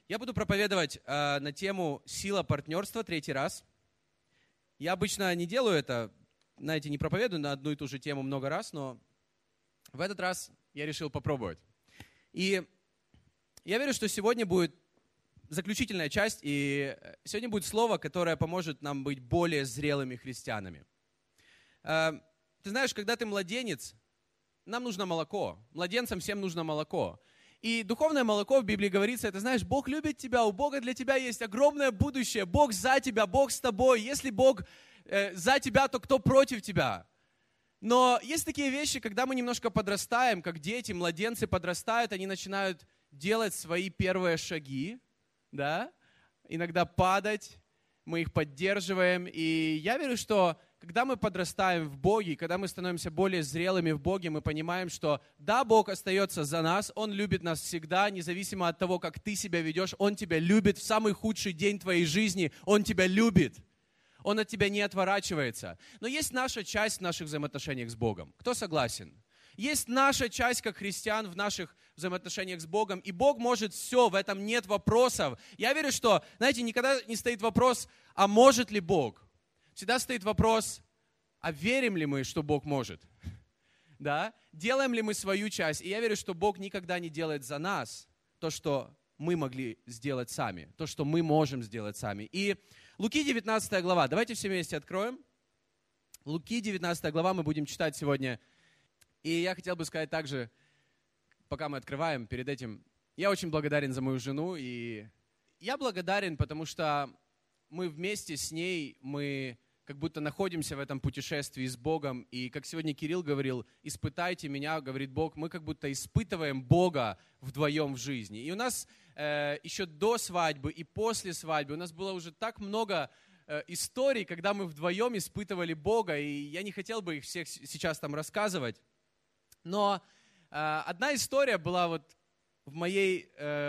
Я буду проповедовать на тему «Сила партнерства» третий раз. Я обычно не делаю это, знаете, не проповедую на одну и ту же тему много раз, но в этот раз я решил попробовать. И я верю, что сегодня будет заключительная часть, и сегодня будет слово, которое поможет нам быть более зрелыми христианами. Ты знаешь, когда ты младенец, нам нужно молоко. Младенцам всем нужно молоко. И духовное молоко в Библии говорится, это знаешь, Бог любит тебя, у Бога для тебя есть огромное будущее, Бог за тебя, Бог с тобой. Если Бог за тебя, то кто против тебя? Но есть такие вещи, когда мы немножко подрастаем, как дети, младенцы подрастают, они начинают делать свои первые шаги, да? Иногда падать, мы их поддерживаем. И я верю, что когда мы подрастаем в Боге, когда мы становимся более зрелыми в Боге, мы понимаем, что да, Бог остается за нас, Он любит нас всегда, независимо от того, как ты себя ведешь, Он тебя любит в самый худший день твоей жизни, Он тебя любит, Он от тебя не отворачивается. Но есть наша часть в наших взаимоотношениях с Богом. Кто согласен? Есть наша часть, как христиан, в наших взаимоотношениях с Богом, и Бог может все, в этом нет вопросов. Я верю, что, знаете, никогда не стоит вопрос, а может ли Бог? Всегда стоит вопрос, а верим ли мы, что Бог может? Да? Делаем ли мы свою часть? И я верю, что Бог никогда не делает за нас то, что мы могли сделать сами, то, что мы можем сделать сами. И Луки 19 глава, давайте все вместе откроем. Луки 19 глава мы будем читать сегодня. И я хотел бы сказать также, пока мы открываем, перед этим, я очень благодарен за мою жену. И я благодарен, потому что мы вместе с ней, мы как будто находимся в этом путешествии с Богом. И как сегодня Кирилл говорил, испытайте меня, говорит Бог, мы как будто испытываем Бога вдвоем в жизни. И у нас еще до свадьбы и после свадьбы у нас было уже так много историй, когда мы вдвоем испытывали Бога. И я не хотел бы их всех сейчас там рассказывать. Но одна история была вот в моей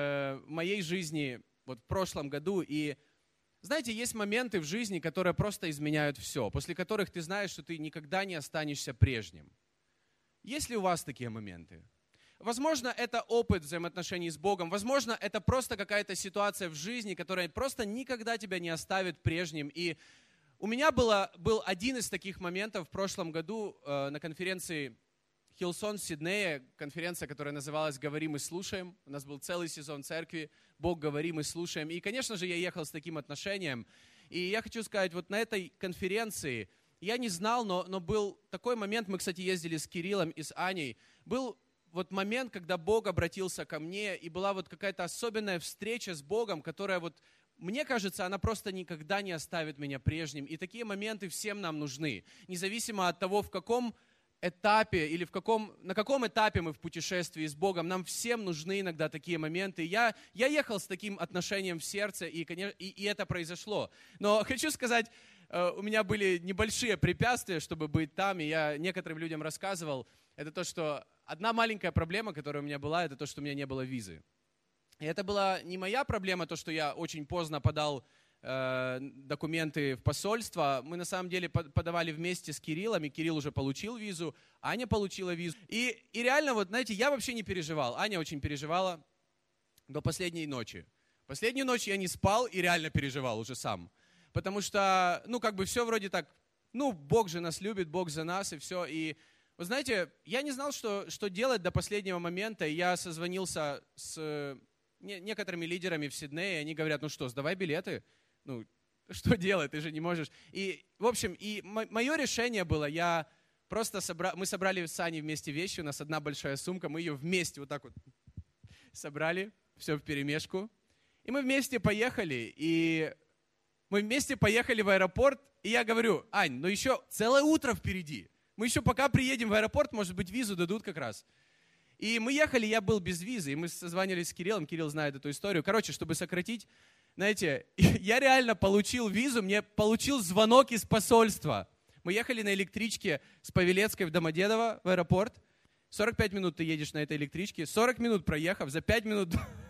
жизни вот в прошлом году. И знаете, есть моменты в жизни, которые просто изменяют все, после которых ты знаешь, что ты никогда не останешься прежним. Есть ли у вас такие моменты? Возможно, это опыт взаимоотношений с Богом, возможно, это просто какая-то ситуация в жизни, которая просто никогда тебя не оставит прежним. И у меня был один из таких моментов в прошлом году на конференции Хиллсон в Сиднее, конференция, которая называлась «Говорим и слушаем». У нас был целый сезон церкви «Бог, говорим и слушаем». И, конечно же, я ехал с таким отношением. И я хочу сказать, вот на этой конференции, я не знал, но был такой момент, мы, кстати, ездили с Кириллом и с Аней, был вот момент, когда Бог обратился ко мне, и была вот какая-то особенная встреча с Богом, которая вот, мне кажется, она просто никогда не оставит меня прежним. И такие моменты всем нам нужны, независимо от того, в каком этапе или на каком этапе мы в путешествии с Богом, нам всем нужны иногда такие моменты. Я ехал с таким отношением в сердце, и это произошло. Но хочу сказать, у меня были небольшие препятствия, чтобы быть там, и я некоторым людям рассказывал. Это то, что одна маленькая проблема, которая у меня была, это то, что у меня не было визы. И это была не моя проблема, то, что я очень поздно подал документы в посольство. Мы на самом деле подавали вместе с Кириллом, и Кирилл уже получил визу, Аня получила визу. И реально, вот знаете, я вообще не переживал. Аня очень переживала до последней ночи. Последнюю ночь я не спал и реально переживал уже сам. Потому что, все вроде так, Бог же нас любит, Бог за нас и все. И вы знаете, я не знал, что делать до последнего момента. И я созвонился с некоторыми лидерами в Сиднее, и они говорят, сдавай билеты. Что делать, ты же не можешь. И, в общем, мое решение было, мы собрали с Аней вместе вещи, у нас одна большая сумка, мы ее вместе вот так вот собрали, все вперемешку. И мы вместе поехали, в аэропорт, и я говорю, Ань, еще целое утро впереди. Мы еще пока приедем в аэропорт, может быть, визу дадут как раз. И мы ехали, я был без визы, и мы созванивались с Кириллом, Кирилл знает эту историю. Короче, чтобы сократить, знаете, я реально получил визу, мне получил звонок из посольства. Мы ехали на электричке с Павелецкой в Домодедово в аэропорт. 45 минут ты едешь на этой электричке, 40 минут проехав, за 5 минут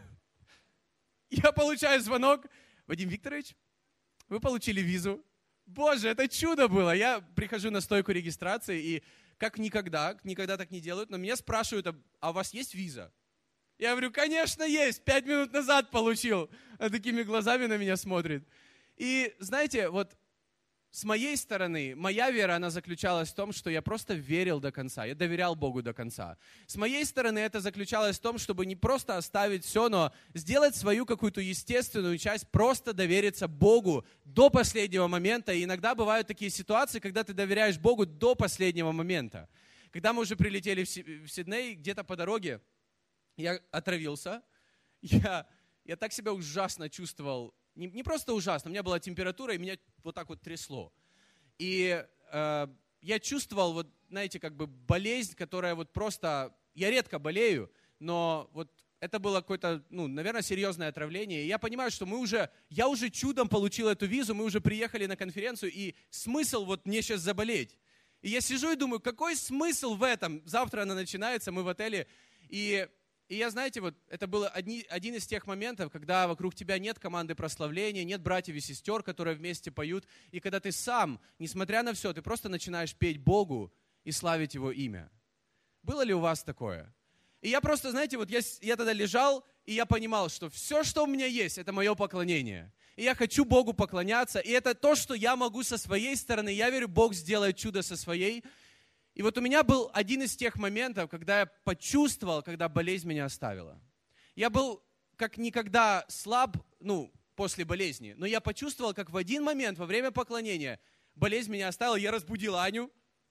я получаю звонок. Вадим Викторович, вы получили визу. Боже, это чудо было. Я прихожу на стойку регистрации, и как никогда так не делают, но меня спрашивают, а у вас есть виза? Я говорю, конечно, есть. 5 минут назад получил. Он такими глазами на меня смотрит. И знаете, вот с моей стороны, моя вера, она заключалась в том, что я просто верил до конца, я доверял Богу до конца. С моей стороны это заключалось в том, чтобы не просто оставить все, но сделать свою какую-то естественную часть, просто довериться Богу до последнего момента. И иногда бывают такие ситуации, когда ты доверяешь Богу до последнего момента. Когда мы уже прилетели в Сидней, где-то по дороге, я отравился, я так себя ужасно чувствовал. Не просто ужасно, у меня была температура, и меня вот так вот трясло. И я чувствовал, вот, знаете, как бы болезнь, которая вот просто... Я редко болею, но вот это было какое-то, наверное, серьезное отравление. И я понимаю, что я уже чудом получил эту визу, мы уже приехали на конференцию, и смысл вот мне сейчас заболеть. И я сижу и думаю, какой смысл в этом? Завтра она начинается, мы в отеле, и я, знаете, вот это был один из тех моментов, когда вокруг тебя нет команды прославления, нет братьев и сестер, которые вместе поют, и когда ты сам, несмотря на все, ты просто начинаешь петь Богу и славить Его имя. Было ли у вас такое? И я просто, знаете, вот я тогда лежал, и я понимал, что все, что у меня есть, это мое поклонение. И я хочу Богу поклоняться, и это то, что я могу со своей стороны. Я верю, Бог сделает чудо со своей. И вот у меня был один из тех моментов, когда я почувствовал, когда болезнь меня оставила. Я был как никогда слаб, после болезни, но я почувствовал, как в один момент во время поклонения болезнь меня оставила, я разбудил Аню.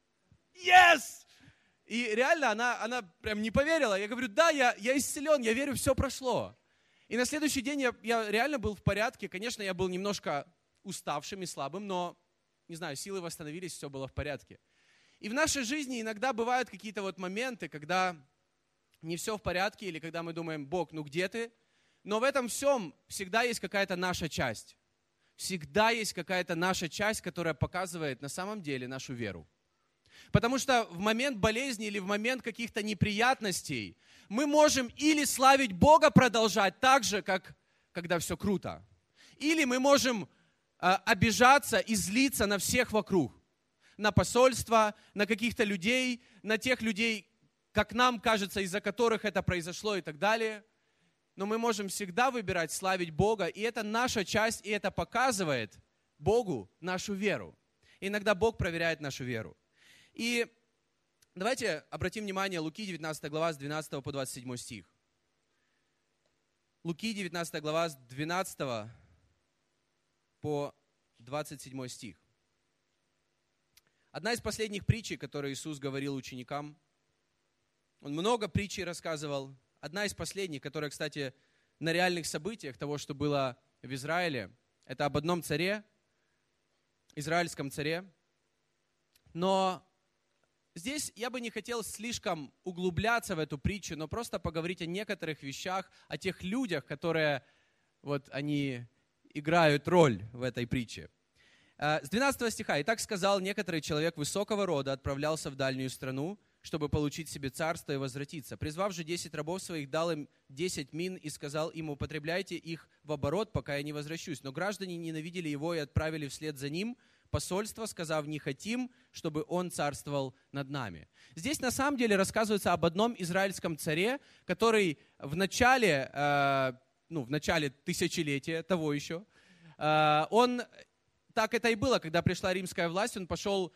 Yes! И реально она прям не поверила. Я говорю, да, я исцелен, я верю, все прошло. И на следующий день я реально был в порядке. Конечно, я был немножко уставшим и слабым, но, не знаю, силы восстановились, все было в порядке. И в нашей жизни иногда бывают какие-то вот моменты, когда не все в порядке, или когда мы думаем, Бог, где ты? Но в этом всем всегда есть какая-то наша часть. Всегда есть какая-то наша часть, которая показывает на самом деле нашу веру. Потому что в момент болезни или в момент каких-то неприятностей мы можем или славить Бога продолжать так же, как когда все круто. Или мы можем обижаться и злиться на всех вокруг. На посольство, на каких-то людей, на тех людей, как нам кажется, из-за которых это произошло и так далее. Но мы можем всегда выбирать славить Бога, и это наша часть, и это показывает Богу нашу веру. И иногда Бог проверяет нашу веру. И давайте обратим внимание, Луки 19 глава с 12 по 27 стих. Луки 19 глава с 12 по 27 стих. Одна из последних притчей, которые Иисус говорил ученикам, Он много притчей рассказывал. Одна из последних, которая, кстати, на реальных событиях того, что было в Израиле, это об одном царе, израильском царе. Но здесь я бы не хотел слишком углубляться в эту притчу, но просто поговорить о некоторых вещах, о тех людях, которые они играют роль в этой притче. С 12 стиха. «Итак сказал некоторый человек высокого рода, отправлялся в дальнюю страну, чтобы получить себе царство и возвратиться. Призвав же 10 рабов своих, дал им 10 мин и сказал им, употребляйте их в оборот, пока я не возвращусь. Но граждане ненавидели его и отправили вслед за ним посольство, сказав, не хотим, чтобы он царствовал над нами». Здесь на самом деле рассказывается об одном израильском царе, который в начале тысячелетия того еще, так это и было, когда пришла римская власть, он пошел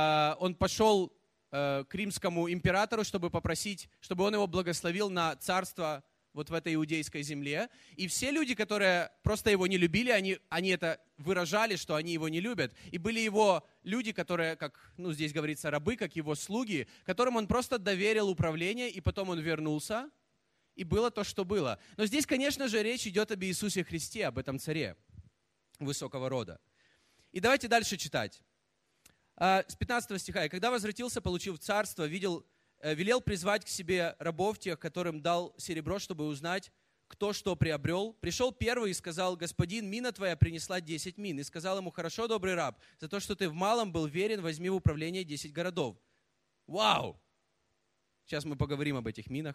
к римскому императору, чтобы попросить, чтобы он его благословил на царство вот в этой иудейской земле. И все люди, которые просто его не любили, они это выражали, что они его не любят. И были его люди, которые, как здесь говорится, рабы, как его слуги, которым он просто доверил управление, и потом он вернулся, и было то, что было. Но здесь, конечно же, речь идет об Иисусе Христе, об этом царе высокого рода. И давайте дальше читать. С 15 стиха. «И когда возвратился, получив царство, велел призвать к себе рабов тех, которым дал серебро, чтобы узнать, кто что приобрел. Пришел первый и сказал, господин, мина твоя принесла 10 мин. И сказал ему, хорошо, добрый раб, за то, что ты в малом был верен, возьми в управление 10 городов». Вау! Сейчас мы поговорим об этих минах.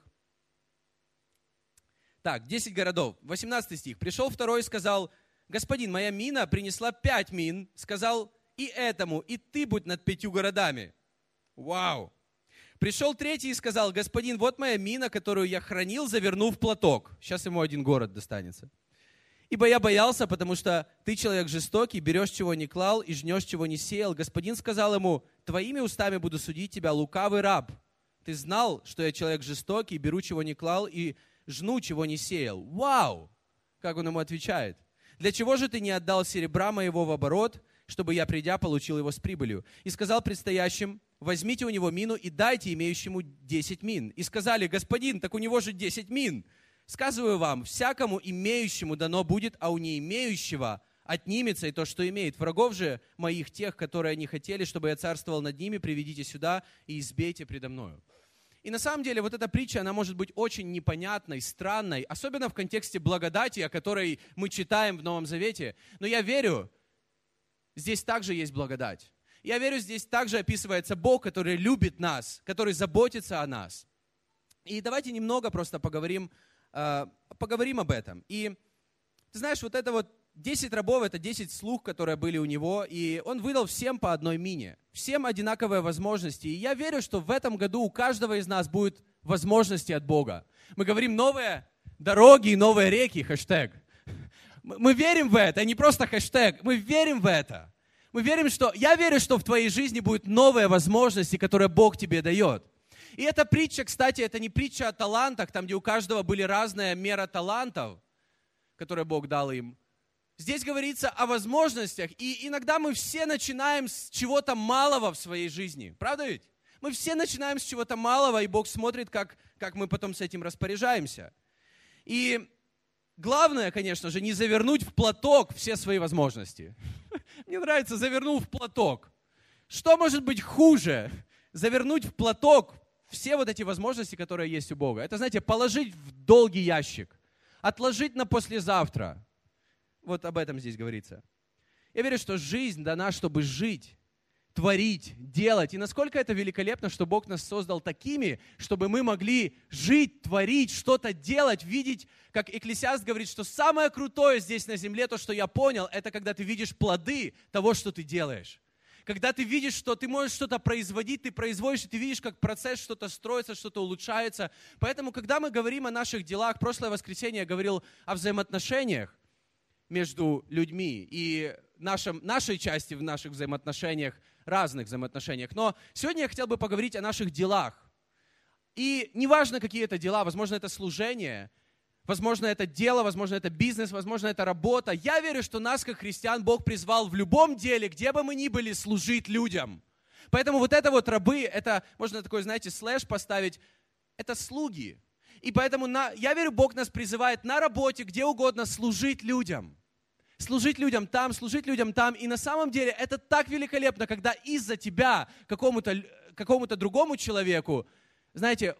Так, 10 городов. 18 стих. «Пришел второй и сказал, господин, моя мина принесла 5 мин. Сказал и этому, и ты будь над 5 городами». Вау! Пришел третий и сказал: господин, вот моя мина, которую я хранил, завернув в платок. Сейчас ему один город достанется. Ибо я боялся, потому что ты человек жестокий, берешь, чего не клал, и жнешь, чего не сеял. Господин сказал ему: твоими устами буду судить тебя, лукавый раб. Ты знал, что я человек жестокий, беру, чего не клал, и жну, чего не сеял. Вау! Как он ему отвечает. Для чего же ты не отдал серебра моего в оборот, чтобы я, придя, получил его с прибылью? И сказал предстоящим: возьмите у него мину и дайте имеющему 10 мин. И сказали: господин, так у него же 10 мин. Сказываю вам, всякому имеющему дано будет, а у не имеющего отнимется и то, что имеет. Врагов же моих, тех, которые не хотели, чтобы я царствовал над ними, приведите сюда и избейте предо мною. И на самом деле вот эта притча, она может быть очень непонятной, странной, особенно в контексте благодати, о которой мы читаем в Новом Завете. Но я верю, здесь также есть благодать. Я верю, здесь также описывается Бог, который любит нас, который заботится о нас. И давайте немного просто поговорим об этом. И ты знаешь, вот это вот 10 рабов, это 10 слуг, которые были у него, и он выдал всем по одной мине. Всем одинаковые возможности. И я верю, что в этом году у каждого из нас будут возможности от Бога. Мы говорим новые дороги и новые реки, хэштег. Мы верим в это, а не просто хэштег. Мы верим в это. Я верю, что в твоей жизни будут новые возможности, которые Бог тебе дает. И эта притча, кстати, это не притча о талантах, там, где у каждого были разная мера талантов, которые Бог дал им. Здесь говорится о возможностях, и иногда мы все начинаем с чего-то малого в своей жизни. Правда ведь? Мы все начинаем с чего-то малого, и Бог смотрит, как мы потом с этим распоряжаемся. И главное, конечно же, не завернуть в платок все свои возможности. Мне нравится, завернул в платок. Что может быть хуже? Завернуть в платок все вот эти возможности, которые есть у Бога. Это, знаете, положить в долгий ящик, отложить на послезавтра. Вот об этом здесь говорится. Я верю, что жизнь дана, чтобы жить, творить, делать. И насколько это великолепно, что Бог нас создал такими, чтобы мы могли жить, творить, что-то делать, видеть, как Экклесиаст говорит, что самое крутое здесь на земле, то, что я понял, это когда ты видишь плоды того, что ты делаешь. Когда ты видишь, что ты можешь что-то производить, ты производишь, и ты видишь, как процесс что-то строится, что-то улучшается. Поэтому, когда мы говорим о наших делах, прошлое воскресенье я говорил о взаимоотношениях между людьми и нашей части в наших взаимоотношениях, разных взаимоотношениях. Но сегодня я хотел бы поговорить о наших делах. И неважно, какие это дела, возможно, это служение, возможно, это дело, возможно, это бизнес, возможно, это работа. Я верю, что нас, как христиан, Бог призвал в любом деле, где бы мы ни были, служить людям. Поэтому вот это вот рабы, это, можно такой, знаете, слэш поставить, это слуги. И поэтому я верю, Бог нас призывает на работе, где угодно, служить людям. Служить людям там, служить людям там. И на самом деле это так великолепно, когда из-за тебя какому-то другому человеку, знаете,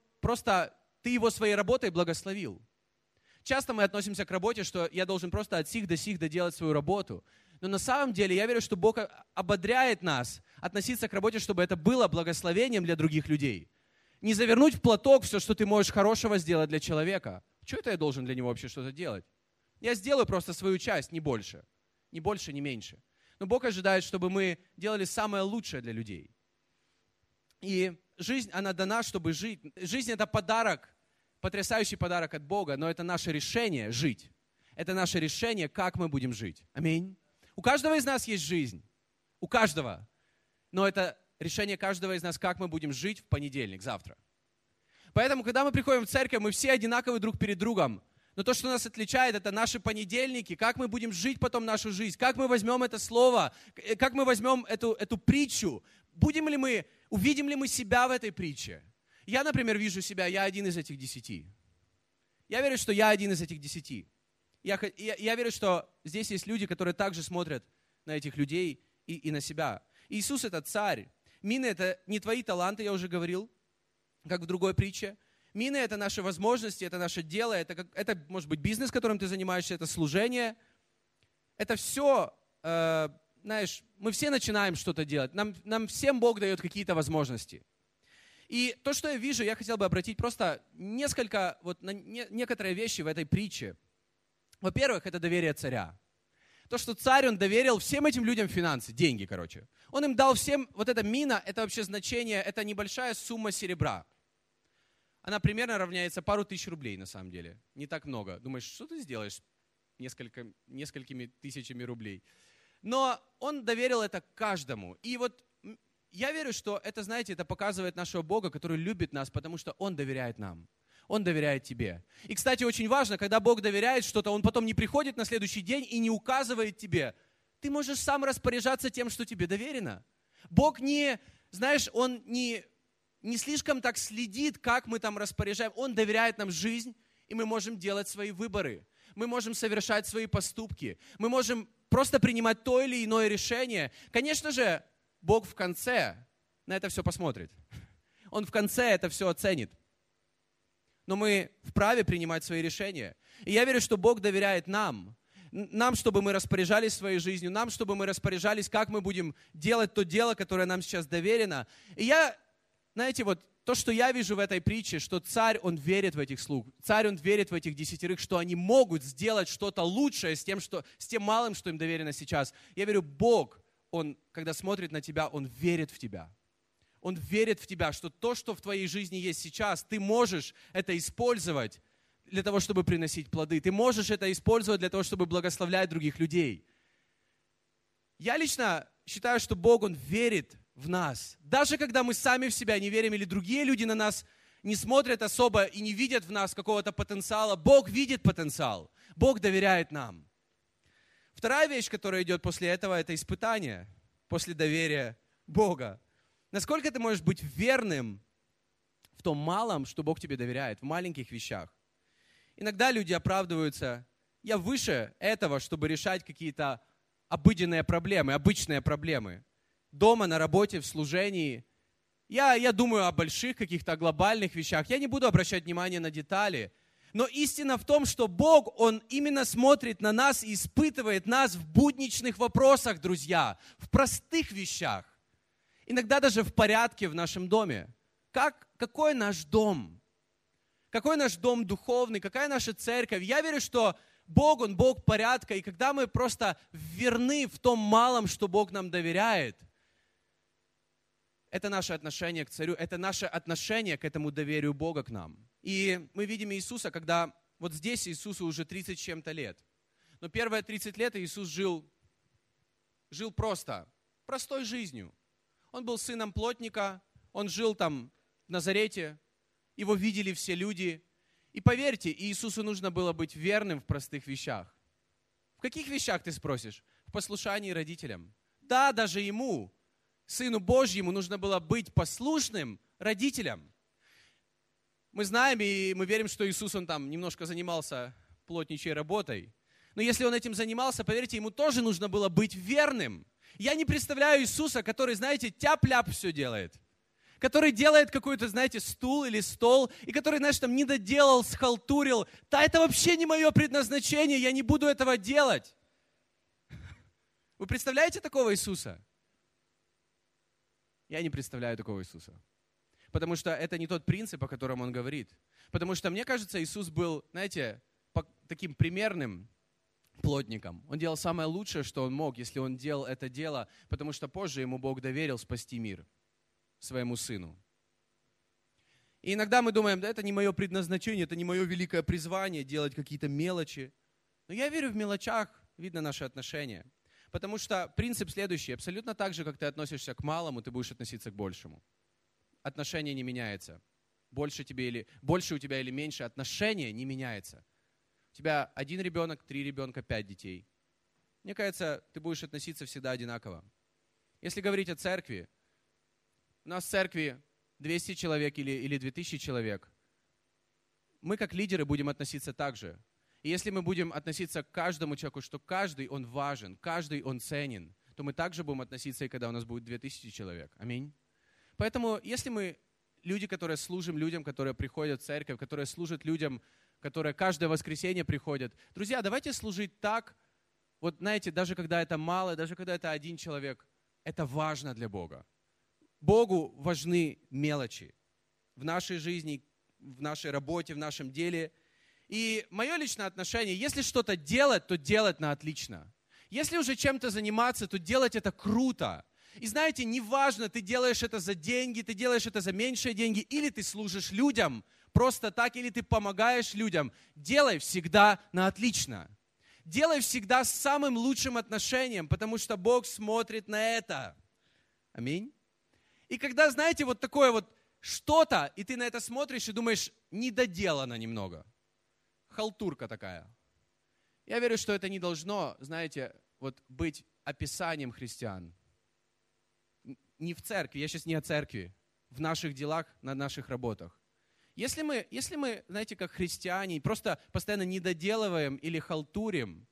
ты его своей работой благословил. Часто мы относимся к работе, что я должен просто от сих до сих доделать свою работу. Но на самом деле я верю, что Бог ободряет нас относиться к работе, чтобы это было благословением для других людей. Не завернуть в платок все, что ты можешь хорошего сделать для человека. Что это я должен для него вообще что-то делать? Я сделаю просто свою часть, не больше. Ни больше, ни меньше. Но Бог ожидает, чтобы мы делали самое лучшее для людей. И жизнь, она дана, чтобы жить. Жизнь – это подарок, потрясающий подарок от Бога, но это наше решение жить. Это наше решение, как мы будем жить. Аминь. У каждого из нас есть жизнь. У каждого. Но это решение каждого из нас, как мы будем жить в понедельник, завтра. Поэтому, когда мы приходим в церковь, мы все одинаковы друг перед другом. Но то, что нас отличает, это наши понедельники, как мы будем жить потом нашу жизнь, как мы возьмем это слово, как мы возьмем эту притчу. Увидим ли мы себя в этой притче? Я, например, вижу себя, я один из этих 10. Я верю, что я один из этих 10. Я верю, что здесь есть люди, которые также смотрят на этих людей и на себя. Иисус – это царь. Мины – это не твои таланты, я уже говорил, как в другой притче. Мины – это наши возможности, это наше дело, это может быть бизнес, которым ты занимаешься, это служение. Это все, знаешь, мы все начинаем что-то делать. Нам всем Бог дает какие-то возможности. И то, что я вижу, я хотел бы обратить просто некоторые вещи в этой притче. Во-первых, это доверие царя. То, что царь, он доверил всем этим людям финансы, деньги, короче. Он им дал всем, вот эта мина, это вообще значение, это небольшая сумма серебра. Она примерно равняется пару тысяч рублей, на самом деле. Не так много. Думаешь, что ты сделаешь несколькими тысячами рублей? Но он доверил это каждому. И вот я верю, что это, знаете, это показывает нашего Бога, который любит нас, потому что Он доверяет нам. Он доверяет тебе. И, кстати, очень важно, когда Бог доверяет что-то, Он потом не приходит на следующий день и не указывает тебе. Ты можешь сам распоряжаться тем, что тебе доверено. Бог не, знаешь, Он не слишком так следит, как мы там распоряжаем. Он доверяет нам жизнь, и мы можем делать свои выборы. Мы можем совершать свои поступки. Мы можем просто принимать то или иное решение. Конечно же, Бог в конце на это все посмотрит. Он в конце это все оценит. Но мы вправе принимать свои решения. И я верю, что Бог доверяет нам. Нам, чтобы мы распоряжались своей жизнью. Нам, чтобы мы распоряжались, как мы будем делать то дело, которое нам сейчас доверено. И я, знаете, вот то, что я вижу в этой притче, что царь, он верит в этих слуг. Царь, он верит в этих 10, что они могут сделать что-то лучшее с тем малым, что им доверено сейчас. Я верю, Бог, Он, когда смотрит на тебя, Он верит в тебя. Он верит в тебя, что то, что в твоей жизни есть сейчас, ты можешь это использовать для того, чтобы приносить плоды. Ты можешь это использовать для того, чтобы благословлять других людей. Я лично считаю, что Бог, Он верит в нас. Даже когда мы сами в себя не верим, или другие люди на нас не смотрят особо и не видят в нас какого-то потенциала, Бог видит потенциал. Бог доверяет нам. Вторая вещь, которая идет после этого, это испытание, после доверия Бога. Насколько ты можешь быть верным в том малом, что Бог тебе доверяет, в маленьких вещах. Иногда люди оправдываются, я выше этого, чтобы решать какие-то обыденные проблемы, обычные проблемы. Дома, на работе, в служении. Я думаю о больших каких-то глобальных вещах. Я не буду обращать внимание на детали. Но истина в том, что Бог, Он именно смотрит на нас и испытывает нас в будничных вопросах, друзья, в простых вещах. Иногда даже в порядке в нашем доме. Какой наш дом? Какой наш дом духовный? Какая наша церковь? Я верю, что Бог, Он Бог порядка. И когда мы просто верны в том малом, что Бог нам доверяет, это наше отношение к Царю, это наше отношение к этому доверию Бога к нам. И мы видим Иисуса, когда вот здесь Иисусу уже 30 с чем-то лет. Но первые 30 лет Иисус жил просто, простой жизнью. Он был сыном плотника, он жил там в Назарете, его видели все люди. И поверьте, Иисусу нужно было быть верным в простых вещах. В каких вещах, ты спросишь? В послушании родителям. Да, даже ему, Сыну Божьему, нужно было быть послушным родителям. Мы знаем и мы верим, что Иисус, он там немножко занимался плотничьей работой. Но если он этим занимался, поверьте, ему тоже нужно было быть верным. Я не представляю Иисуса, который, знаете, тяп-ляп все делает. Который делает какой-то, знаете, стул или стол, и который, знаешь, там не доделал, схалтурил. Да, это вообще не мое предназначение, я не буду этого делать. Вы представляете такого Иисуса? Я не представляю такого Иисуса. Потому что это не тот принцип, о котором он говорит. Потому что, мне кажется, Иисус был, знаете, таким примерным плотником. Он делал самое лучшее, что он мог, если он делал это дело, потому что позже ему Бог доверил спасти мир своему сыну. И иногда мы думаем, да это не мое предназначение, это не мое великое призвание делать какие-то мелочи. Но я верю, в мелочах видно наши отношения. Потому что принцип следующий. Абсолютно так же, как ты относишься к малому, ты будешь относиться к большему. Отношение не меняется. Больше у тебя или меньше, отношение не меняется. У тебя 1 ребенок, 3 ребенка, 5 детей. Мне кажется, ты будешь относиться всегда одинаково. Если говорить о церкви, у нас в церкви 200 человек или 2000 человек. Мы как лидеры будем относиться так же. И если мы будем относиться к каждому человеку, что каждый он важен, каждый он ценен, то мы также будем относиться и когда у нас будет 2000 человек. Аминь. Поэтому, если мы люди, которые служим людям, которые приходят в церковь, которые служат людям, которые каждое воскресенье приходят, друзья, давайте служить так, вот знаете, даже когда это мало, даже когда это 1 человек, это важно для Бога. Богу важны мелочи в нашей жизни, в нашей работе, в нашем деле. И мое личное отношение, если что-то делать, то делать на отлично. Если уже чем-то заниматься, то делать это круто. И знаете, неважно, ты делаешь это за деньги, ты делаешь это за меньшие деньги, или ты служишь людям просто так, или ты помогаешь людям. Делай всегда на отлично. Делай всегда с самым лучшим отношением, потому что Бог смотрит на это. Аминь. И когда, знаете, вот такое вот что-то, и ты на это смотришь и думаешь, недоделано немного. Халтурка такая. Я верю, что это не должно, знаете, вот быть описанием христиан. Не в церкви, я сейчас не о церкви, в наших делах, на наших работах. Если мы, знаете, как христиане, просто постоянно недоделываем или халтурим,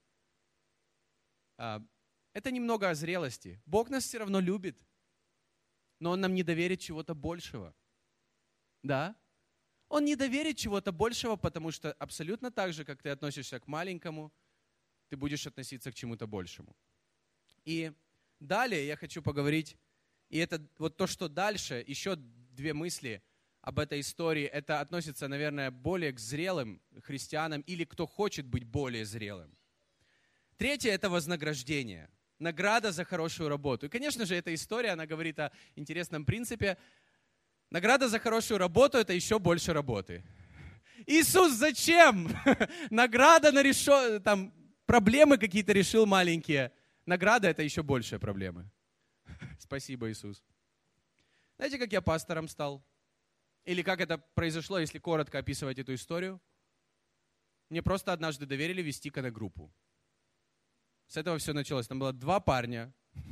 это немного о зрелости. Бог нас все равно любит, но Он нам не доверит чего-то большего. Да? Он не доверит чего-то большего, потому что абсолютно так же, как ты относишься к маленькому, ты будешь относиться к чему-то большему. И далее я хочу поговорить, и это вот то, что дальше, еще две мысли об этой истории, это относится, наверное, более к зрелым христианам или кто хочет быть более зрелым. Третье – это вознаграждение, награда за хорошую работу. И, конечно же, эта история, она говорит о интересном принципе. Награда за хорошую работу – это еще больше работы. Иисус, зачем? Награда на там проблемы какие-то решил маленькие. Награда – это еще большие проблемы. Спасибо, Иисус. Знаете, как я пастором стал? Или как это произошло, если коротко описывать эту историю? Мне просто однажды доверили вести коннект-группу. С этого все началось. Там было 2 парня,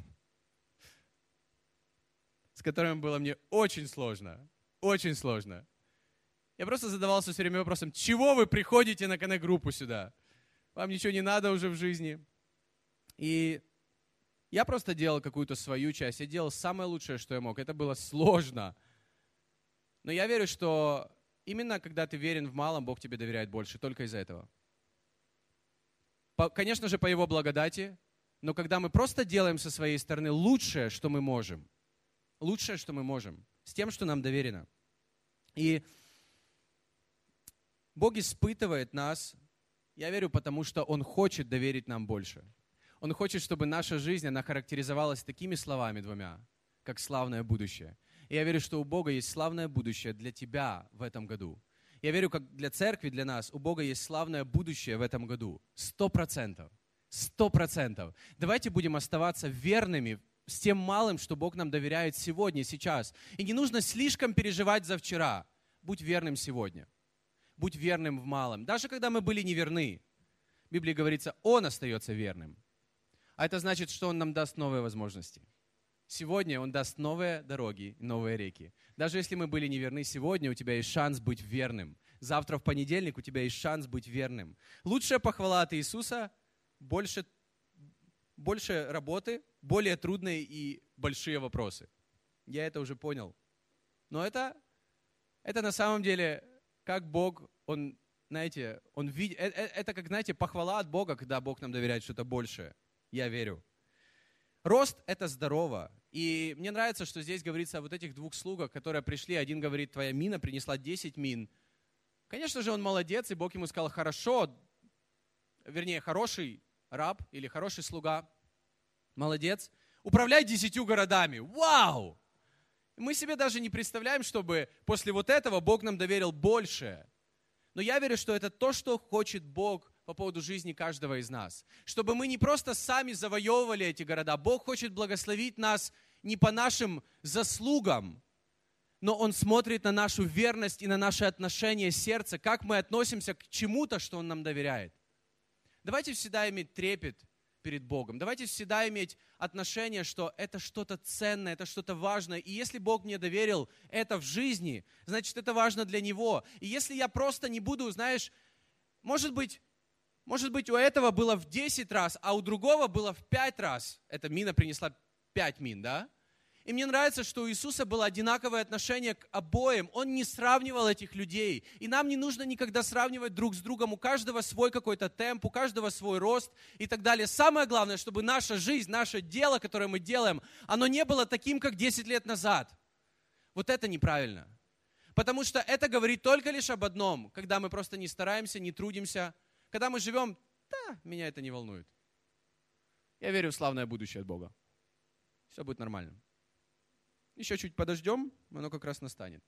с которыми было мне очень сложно. Очень сложно. Я просто задавался все время вопросом, чего вы приходите на коннект-группу сюда? Вам ничего не надо уже в жизни. И я просто делал какую-то свою часть. Я делал самое лучшее, что я мог. Это было сложно. Но я верю, что именно когда ты верен в малом, Бог тебе доверяет больше. Только из-за этого. Конечно же, по Его благодати. Но когда мы просто делаем со своей стороны лучшее, что мы можем. Лучшее, что мы можем. С тем, что нам доверено. И Бог испытывает нас, я верю, потому что Он хочет доверить нам больше. Он хочет, чтобы наша жизнь, она характеризовалась такими словами 2, как славное будущее. И я верю, что у Бога есть славное будущее для тебя в этом году. Я верю, как для церкви, для нас, у Бога есть славное будущее в этом году. 100%. 100%. Давайте будем оставаться верными с тем малым, что Бог нам доверяет сегодня, сейчас. И не нужно слишком переживать за вчера. Будь верным сегодня. Будь верным в малом. Даже когда мы были неверны, в Библии говорится, Он остается верным. А это значит, что Он нам даст новые возможности. Сегодня Он даст новые дороги, новые реки. Даже если мы были неверны сегодня, у тебя есть шанс быть верным. Завтра в понедельник у тебя есть шанс быть верным. Лучшая похвала от Иисуса – больше работы, более трудные и большие вопросы. Я это уже понял. Но это на самом деле, как Бог, Он, знаете, Он видит, это как, знаете, похвала от Бога, когда Бог нам доверяет что-то большее. Я верю. Рост – это здорово. И мне нравится, что здесь говорится о вот этих 2 слугах, которые пришли. Один говорит, твоя мина принесла 10 мин. Конечно же, он молодец, и Бог ему сказал, хорошо, вернее, хороший раб или хороший слуга, молодец, управляй 10 городами. Вау! Мы себе даже не представляем, чтобы после вот этого Бог нам доверил больше. Но я верю, что это то, что хочет Бог по поводу жизни каждого из нас. Чтобы мы не просто сами завоевывали эти города. Бог хочет благословить нас не по нашим заслугам, но Он смотрит на нашу верность и на наши отношения сердца, как мы относимся к чему-то, что Он нам доверяет. Давайте всегда иметь трепет перед Богом. Давайте всегда иметь отношение, что это что-то ценное, это что-то важное. И если Бог мне доверил это в жизни, значит, это важно для Него. И если я просто не буду, знаешь, может быть, у этого было в 10 раз, а у другого было в 5 раз. Эта мина принесла 5 мин, да? И мне нравится, что у Иисуса было одинаковое отношение к обоим. Он не сравнивал этих людей. И нам не нужно никогда сравнивать друг с другом. У каждого свой какой-то темп, у каждого свой рост и так далее. Самое главное, чтобы наша жизнь, наше дело, которое мы делаем, оно не было таким, как 10 лет назад. Вот это неправильно. Потому что это говорит только лишь об одном. Когда мы просто не стараемся, не трудимся. Когда мы живем, да, меня это не волнует. Я верю в славное будущее от Бога. Все будет нормально. Еще чуть подождем, оно как раз настанет.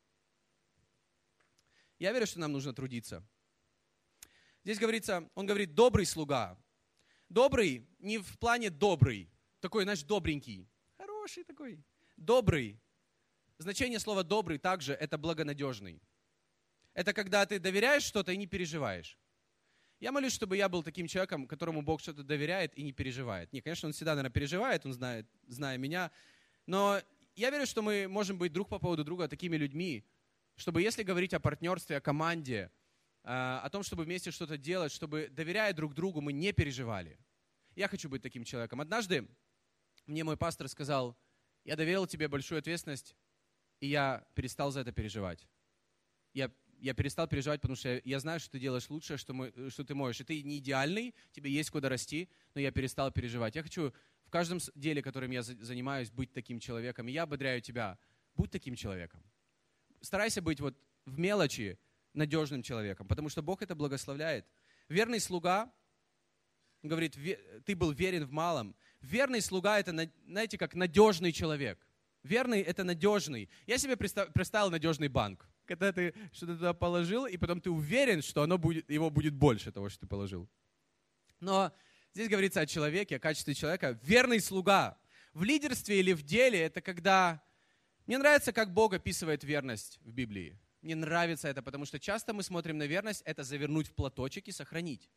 Я верю, что нам нужно трудиться. Здесь говорится, он говорит, добрый слуга. Добрый не в плане добрый, такой, знаешь, добренький, хороший такой. Добрый. Значение слова добрый также это благонадежный. Это когда ты доверяешь что-то и не переживаешь. Я молюсь, чтобы я был таким человеком, которому Бог что-то доверяет и не переживает. Не, конечно, он всегда, наверное, переживает, он зная меня. Но я верю, что мы можем быть друг по поводу друга такими людьми, чтобы если говорить о партнерстве, о команде, о том, чтобы вместе что-то делать, чтобы, доверяя друг другу, мы не переживали. Я хочу быть таким человеком. Однажды мне мой пастор сказал, я доверил тебе большую ответственность, и я перестал за это переживать. Я перестал переживать, потому что я знаю, что ты делаешь лучшее, что ты можешь. И ты не идеальный, тебе есть куда расти, но я перестал переживать. Я хочу в каждом деле, которым я занимаюсь, быть таким человеком. И я ободряю тебя, будь таким человеком. Старайся быть вот в мелочи надежным человеком, потому что Бог это благословляет. Верный слуга, говорит, ты был верен в малом. Верный слуга это, знаете, как надежный человек. Верный это надежный. Я себе представил надежный банк. Когда ты что-то туда положил, и потом ты уверен, что его будет больше того, что ты положил. Но здесь говорится о человеке, о качестве человека. Верный слуга. В лидерстве или в деле это когда... Мне нравится, как Бог описывает верность в Библии. Мне нравится это, потому что часто мы смотрим на верность, это завернуть в платочек и сохранить.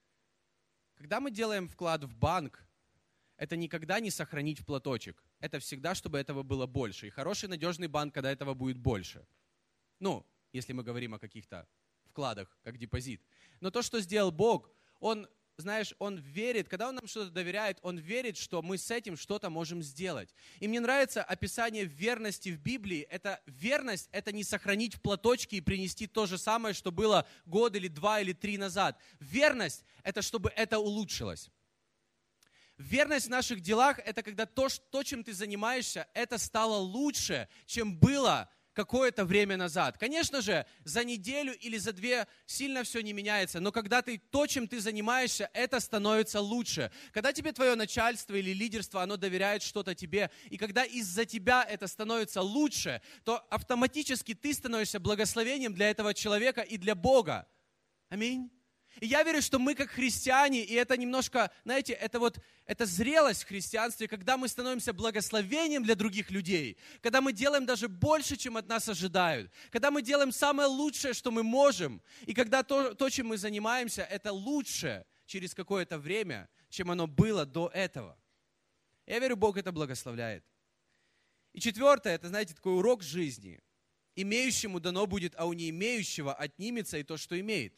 Когда мы делаем вклад в банк, это никогда не сохранить в платочек. Это всегда, чтобы этого было больше. И хороший, надежный банк, когда этого будет больше. Ну, если мы говорим о каких-то вкладах, как депозит. Но то, что сделал Бог, Он, знаешь, Он верит, когда Он нам что-то доверяет, Он верит, что мы с этим что-то можем сделать. И мне нравится описание верности в Библии. Верность – это не сохранить в платочке и принести то же самое, что было год или 2 или 3 назад. Верность – это чтобы это улучшилось. Верность в наших делах – это когда то, чем ты занимаешься, это стало лучше, чем было какое-то время назад. Конечно же, за неделю или за 2 сильно все не меняется, но когда то, чем ты занимаешься, это становится лучше. Когда тебе твое начальство или лидерство, оно доверяет что-то тебе, и когда из-за тебя это становится лучше, то автоматически ты становишься благословением для этого человека и для Бога. Аминь. И я верю, что мы как христиане, и это немножко, знаете, это зрелость в христианстве, когда мы становимся благословением для других людей, когда мы делаем даже больше, чем от нас ожидают, когда мы делаем самое лучшее, что мы можем, и когда то, чем мы занимаемся, это лучше через какое-то время, чем оно было до этого. Я верю, Бог это благословляет. И 4, это, знаете, такой урок жизни. Имеющему дано будет, а у неимеющего отнимется и то, что имеет.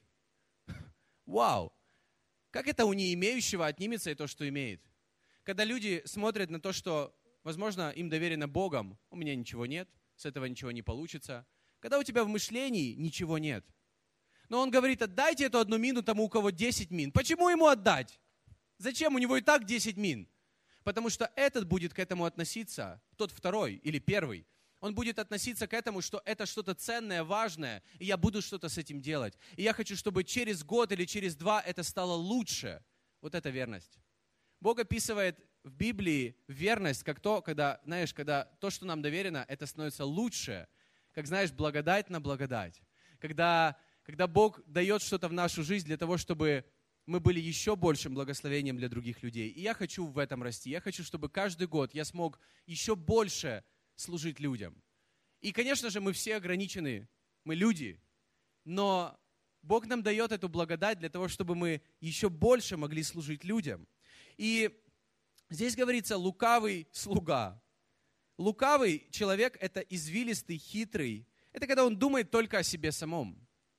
Вау! Как это у неимеющего отнимется и то, что имеет? Когда люди смотрят на то, что, возможно, им доверено Богом, у меня ничего нет, с этого ничего не получится. Когда у тебя в мышлении ничего нет. Но он говорит, отдайте эту 1 мину тому, у кого 10 мин. Почему ему отдать? Зачем? У него и так 10 мин. Потому что этот будет к этому относиться, тот второй или первый. Он будет относиться к этому, что это что-то ценное, важное, и я буду что-то с этим делать. И я хочу, чтобы через год или через 2 это стало лучше. Вот это верность. Бог описывает в Библии верность как то, когда то, что нам доверено, это становится лучше. Как, знаешь, благодать на благодать. Когда Бог дает что-то в нашу жизнь для того, чтобы мы были еще большим благословением для других людей. И я хочу в этом расти. Я хочу, чтобы каждый год я смог еще больше служить людям. И, конечно же, мы все ограничены, мы люди, но Бог нам дает эту благодать для того, чтобы мы еще больше могли служить людям. И здесь говорится лукавый слуга. Лукавый человек – это извилистый, хитрый. Это когда он думает только о себе самом.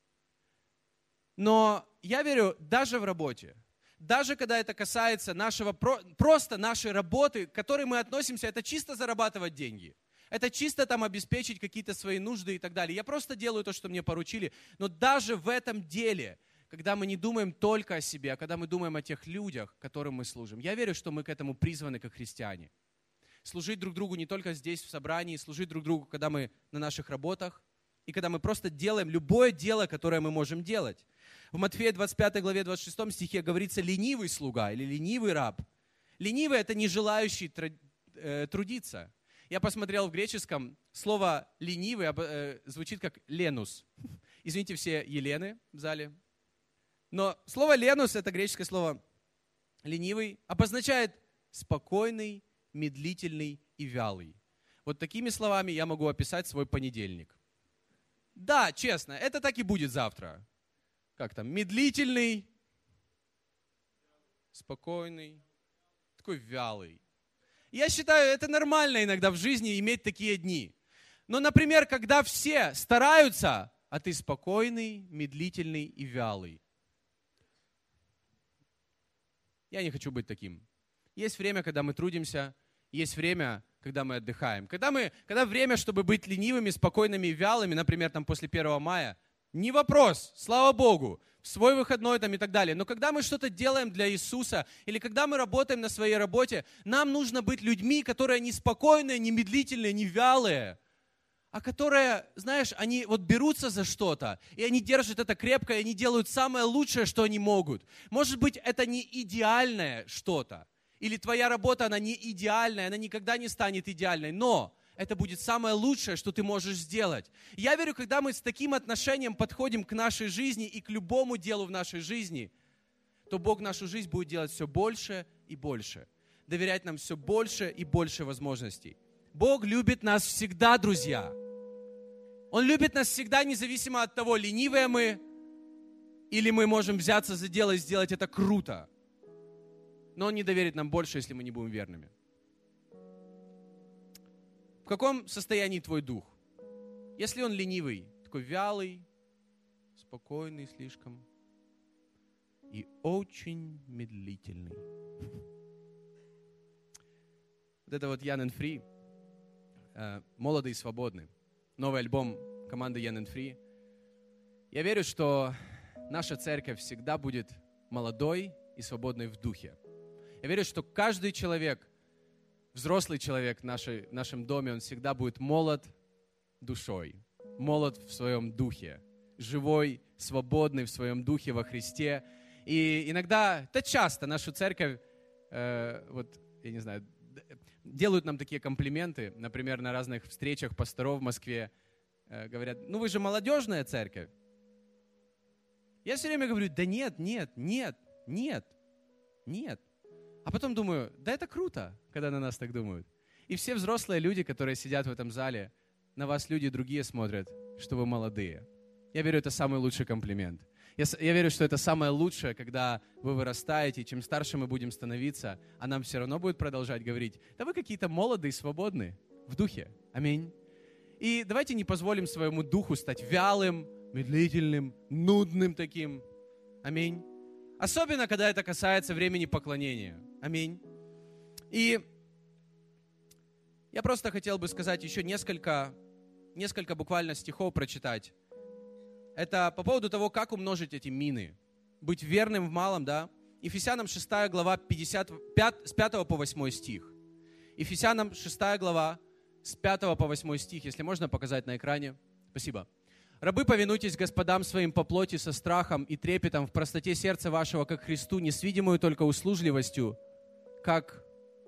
Но я верю, даже в работе, даже когда это касается просто нашей работы, к которой мы относимся, это чисто зарабатывать деньги. Это чисто там обеспечить какие-то свои нужды и так далее. Я просто делаю то, что мне поручили. Но даже в этом деле, когда мы не думаем только о себе, а когда мы думаем о тех людях, которым мы служим, я верю, что мы к этому призваны как христиане. Служить друг другу не только здесь, в собрании, служить друг другу, когда мы на наших работах, и когда мы просто делаем любое дело, которое мы можем делать. В Матфея 25 главе 26 стихе говорится «ленивый слуга» или «ленивый раб». Ленивый – это не желающий трудиться. Я посмотрел в греческом, слово «ленивый» звучит как «ленус». Извините, все Елены в зале. Но слово «ленус» – это греческое слово «ленивый», обозначает спокойный, медлительный и вялый. Вот такими словами я могу описать свой понедельник. Да, честно, это так и будет завтра. Как там? Медлительный, спокойный, такой вялый. Я считаю, это нормально иногда в жизни иметь такие дни. Но, например, когда все стараются, а ты спокойный, медлительный и вялый. Я не хочу быть таким. Есть время, когда мы трудимся, есть время, когда мы отдыхаем. Когда время, чтобы быть ленивыми, спокойными и вялыми, например, там после 1 мая, не вопрос, слава Богу, в свой выходной там и так далее. Но когда мы что-то делаем для Иисуса, или когда мы работаем на своей работе, нам нужно быть людьми, которые не спокойные, не медлительные, не вялые, а которые, знаешь, они вот берутся за что-то, и они держат это крепко, и они делают самое лучшее, что они могут. Может быть, это не идеальное что-то, или твоя работа, она не идеальная, она никогда не станет идеальной, но это будет самое лучшее, что ты можешь сделать. Я верю, когда мы с таким отношением подходим к нашей жизни и к любому делу в нашей жизни, то Бог нашу жизнь будет делать все больше и больше, доверять нам все больше и больше возможностей. Бог любит нас всегда, друзья. Он любит нас всегда, независимо от того, ленивые мы, или мы можем взяться за дело и сделать это круто. Но Он не доверит нам больше, если мы не будем верными. В каком состоянии твой дух? Если он ленивый, такой вялый, спокойный слишком и очень медлительный. Вот это вот Young and Free, молодый и свободный. Новый альбом команды Young and Free. Я верю, что наша церковь всегда будет молодой и свободной в духе. Я верю, что каждый человек, взрослый человек в нашем доме, он всегда будет молод душой, молод в своем духе, живой, свободный в своем духе во Христе. И иногда, да часто нашу церковь, вот, я не знаю, делают нам такие комплименты, например, на разных встречах пасторов в Москве, говорят, ну вы же молодежная церковь. Я все время говорю, да нет. А потом думаю, да это круто, когда на нас так думают. И все взрослые люди, которые сидят в этом зале, на вас люди другие смотрят, что вы молодые. Я верю, это самый лучший комплимент. Я верю, что это самое лучшее, когда вы вырастаете, чем старше мы будем становиться, а нам все равно будет продолжать говорить, да вы какие-то молодые, свободные в духе. Аминь. И давайте не позволим своему духу стать вялым, медлительным, нудным таким. Аминь. Особенно, когда это касается времени поклонения. Аминь. И я просто хотел бы сказать еще несколько буквально стихов прочитать. Это по поводу того, как умножить эти мины. Быть верным в малом, да? Ефесянам 6 глава, с 5 по 8 стих. Ефесянам 6 глава, с 5 по 8 стих. Если можно показать на экране. Спасибо. «Рабы, повинуйтесь господам своим по плоти со страхом и трепетом в простоте сердца вашего, как Христу, не с видимою только услужливостью, как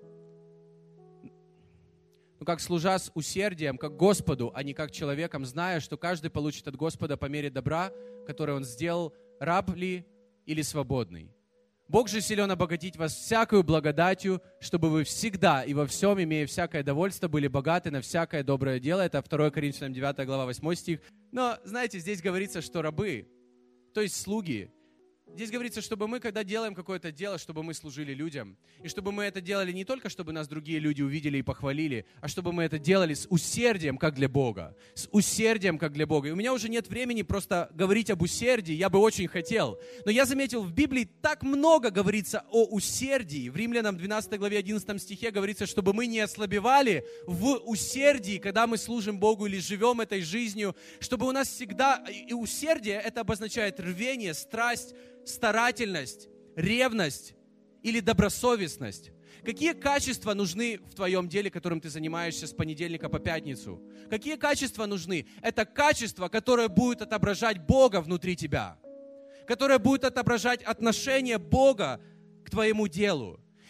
служа с усердием, как Господу, а не как человеком, зная, что каждый получит от Господа по мере добра, которое Он сделал, раб ли или свободный. Бог же силен обогатить вас всякою благодатью, чтобы вы всегда и во всем, имея всякое довольство, были богаты на всякое доброе дело». Это 2 Коринфянам 9 глава 8 стих. Но, знаете, здесь говорится, что рабы, то есть слуги, здесь говорится, чтобы мы, когда делаем какое-то дело, чтобы мы служили людям. И чтобы мы это делали не только, чтобы нас другие люди увидели и похвалили, а чтобы мы это делали с усердием, как для Бога. С усердием, как для Бога. И у меня уже нет времени просто говорить об усердии, я бы очень хотел. Но я заметил, в Библии так много говорится о усердии. В Римлянам 12 главе 11 стихе говорится, чтобы мы не ослабевали в усердии, когда мы служим Богу или живем этой жизнью, чтобы у нас всегда... И усердие, это обозначает рвение, страсть, старательность, ревность или добросовестность. Какие качества нужны в твоем деле, которым ты занимаешься с понедельника по пятницу? Какие качества нужны? Это качества, которые будут отображать Бога внутри тебя, которые будут отображать отношение Бога к твоему делу.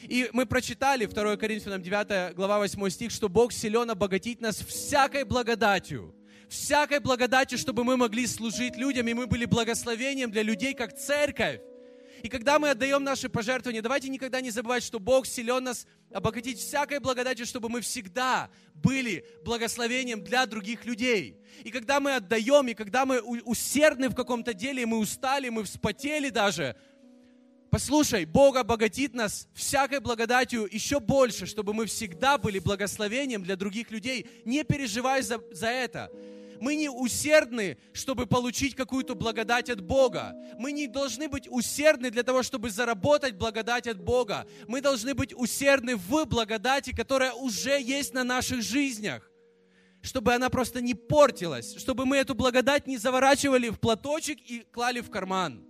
И мы прочитали 2 Коринфянам 9 глава 8 стих, что Бог силен обогатить нас всякой благодатью, чтобы мы могли служить людям, и мы были благословением для людей, как церковь. И когда мы отдаем наши пожертвования, давайте никогда не забывать, что Бог силен нас обогатить всякой благодатью, чтобы мы всегда были благословением для других людей. И когда мы отдаем, и когда мы усердны в каком-то деле, и мы устали, мы вспотели даже, послушай, Бог обогатит нас всякой благодатью еще больше, чтобы мы всегда были благословением для других людей. Не переживай за это. Мы не усердны, чтобы получить какую-то благодать от Бога. Мы не должны быть усердны для того, чтобы заработать благодать от Бога. Мы должны быть усердны в благодати, которая уже есть на наших жизнях. Чтобы она просто не портилась. Чтобы мы эту благодать не заворачивали в платочек и клали в карман.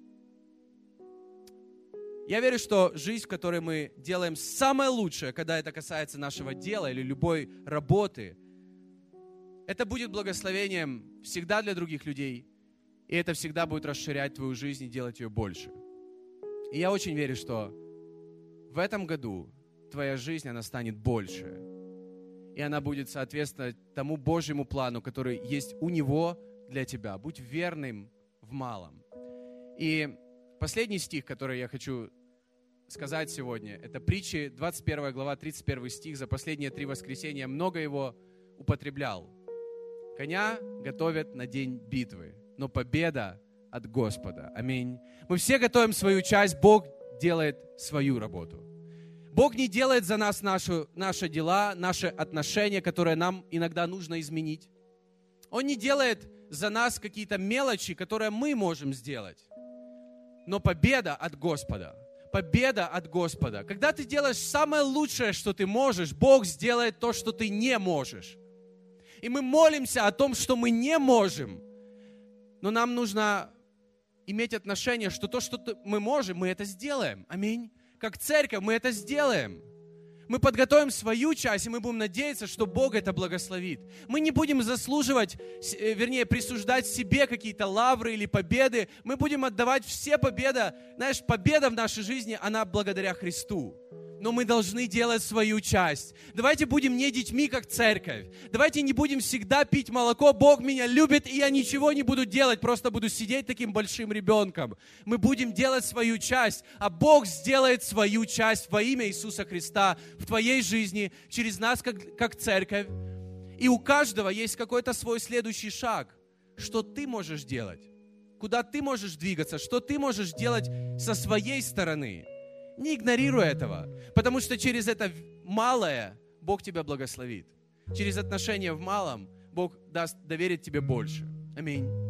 Я верю, что жизнь, в которой мы делаем самое лучшее, когда это касается нашего дела или любой работы, это будет благословением всегда для других людей, и это всегда будет расширять твою жизнь и делать ее больше. И я очень верю, что в этом году твоя жизнь, она станет больше, и она будет соответствовать тому Божьему плану, который есть у Него для тебя. Будь верным в малом. И последний стих, который я хочу сказать сегодня, это Притчи, 21 глава, 31 стих. За последние 3 воскресенья много его употреблял. Коня готовят на день битвы, но победа от Господа. Аминь. Мы все готовим свою часть, Бог делает свою работу. Бог не делает за нас наши дела, наши отношения, которые нам иногда нужно изменить. Он не делает за нас какие-то мелочи, которые мы можем сделать. Но победа от Господа. Победа от Господа. Когда ты делаешь самое лучшее, что ты можешь, Бог сделает то, что ты не можешь. И мы молимся о том, что мы не можем. Но нам нужно иметь отношение, что то, что мы можем, мы это сделаем. Аминь. Как церковь мы это сделаем. Мы подготовим свою часть, и мы будем надеяться, что Бог это благословит. Мы не будем присуждать себе какие-то лавры или победы. Мы будем отдавать все победы. Знаешь, победа в нашей жизни, она благодаря Христу. Но мы должны делать свою часть. Давайте будем не детьми, как церковь. Давайте не будем всегда пить молоко. Бог меня любит, и я ничего не буду делать, просто буду сидеть таким большим ребенком. Мы будем делать свою часть, а Бог сделает свою часть во имя Иисуса Христа в твоей жизни, через нас, как церковь. И у каждого есть какой-то свой следующий шаг. Что ты можешь делать? Куда ты можешь двигаться? Что ты можешь делать со своей стороны? Не игнорируй этого, потому что через это малое Бог тебя благословит. Через отношения в малом Бог доверит тебе больше. Аминь.